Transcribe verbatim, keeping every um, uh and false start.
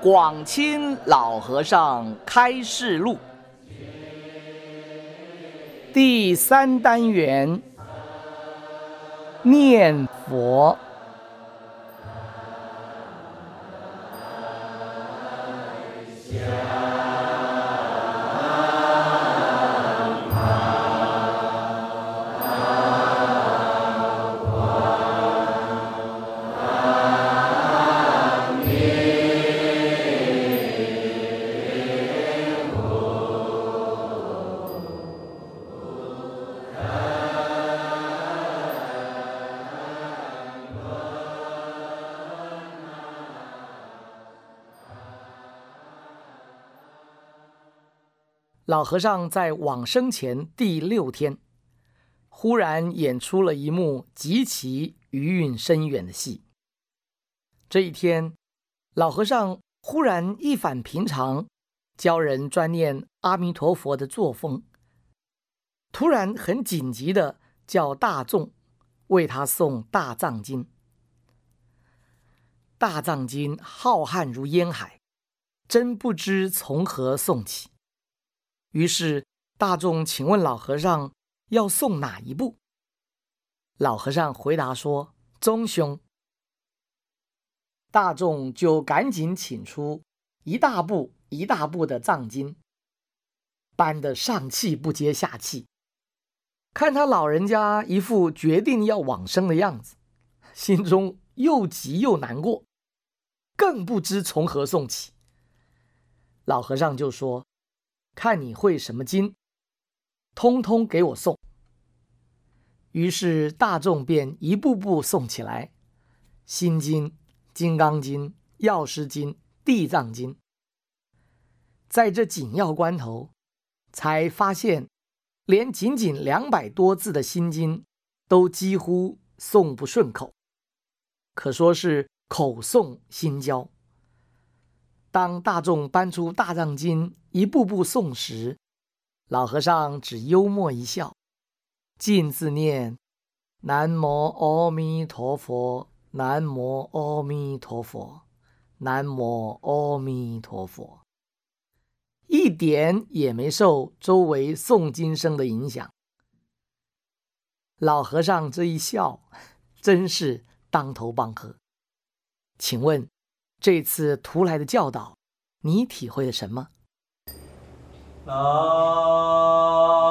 广钦老和尚开示录第三单元，念佛。老和尚在往生前第六天，忽然演出了一幕极其余韵深远的戏。这一天，老和尚忽然一反平常教人专念阿弥陀佛的作风，突然很紧急地叫大众为他诵大藏经。大藏经浩瀚如烟海，真不知从何诵起。于是大众请问老和尚要诵哪一部？老和尚回答说：中兄。大众就赶紧请出一大部一大部的藏经，搬得上气不接下气。看他老人家一副决定要往生的样子，心中又急又难过，更不知从何诵起。老和尚就说：看你会什么经，通通给我诵。于是大众便一步步诵起来，心经、金刚经、药师经、地藏经。在这紧要关头，才发现连仅仅两百多字的心经都几乎诵不顺口，可说是口诵心焦。当大众搬出大藏经一步步诵时，老和尚只幽默一笑，尽自念南无阿弥陀佛，南无阿弥陀佛，南无阿弥陀佛，一点也没受周围诵经声的影响。老和尚这一笑，真是当头棒喝。请问这次图来的教导，你体会了什么？ 啊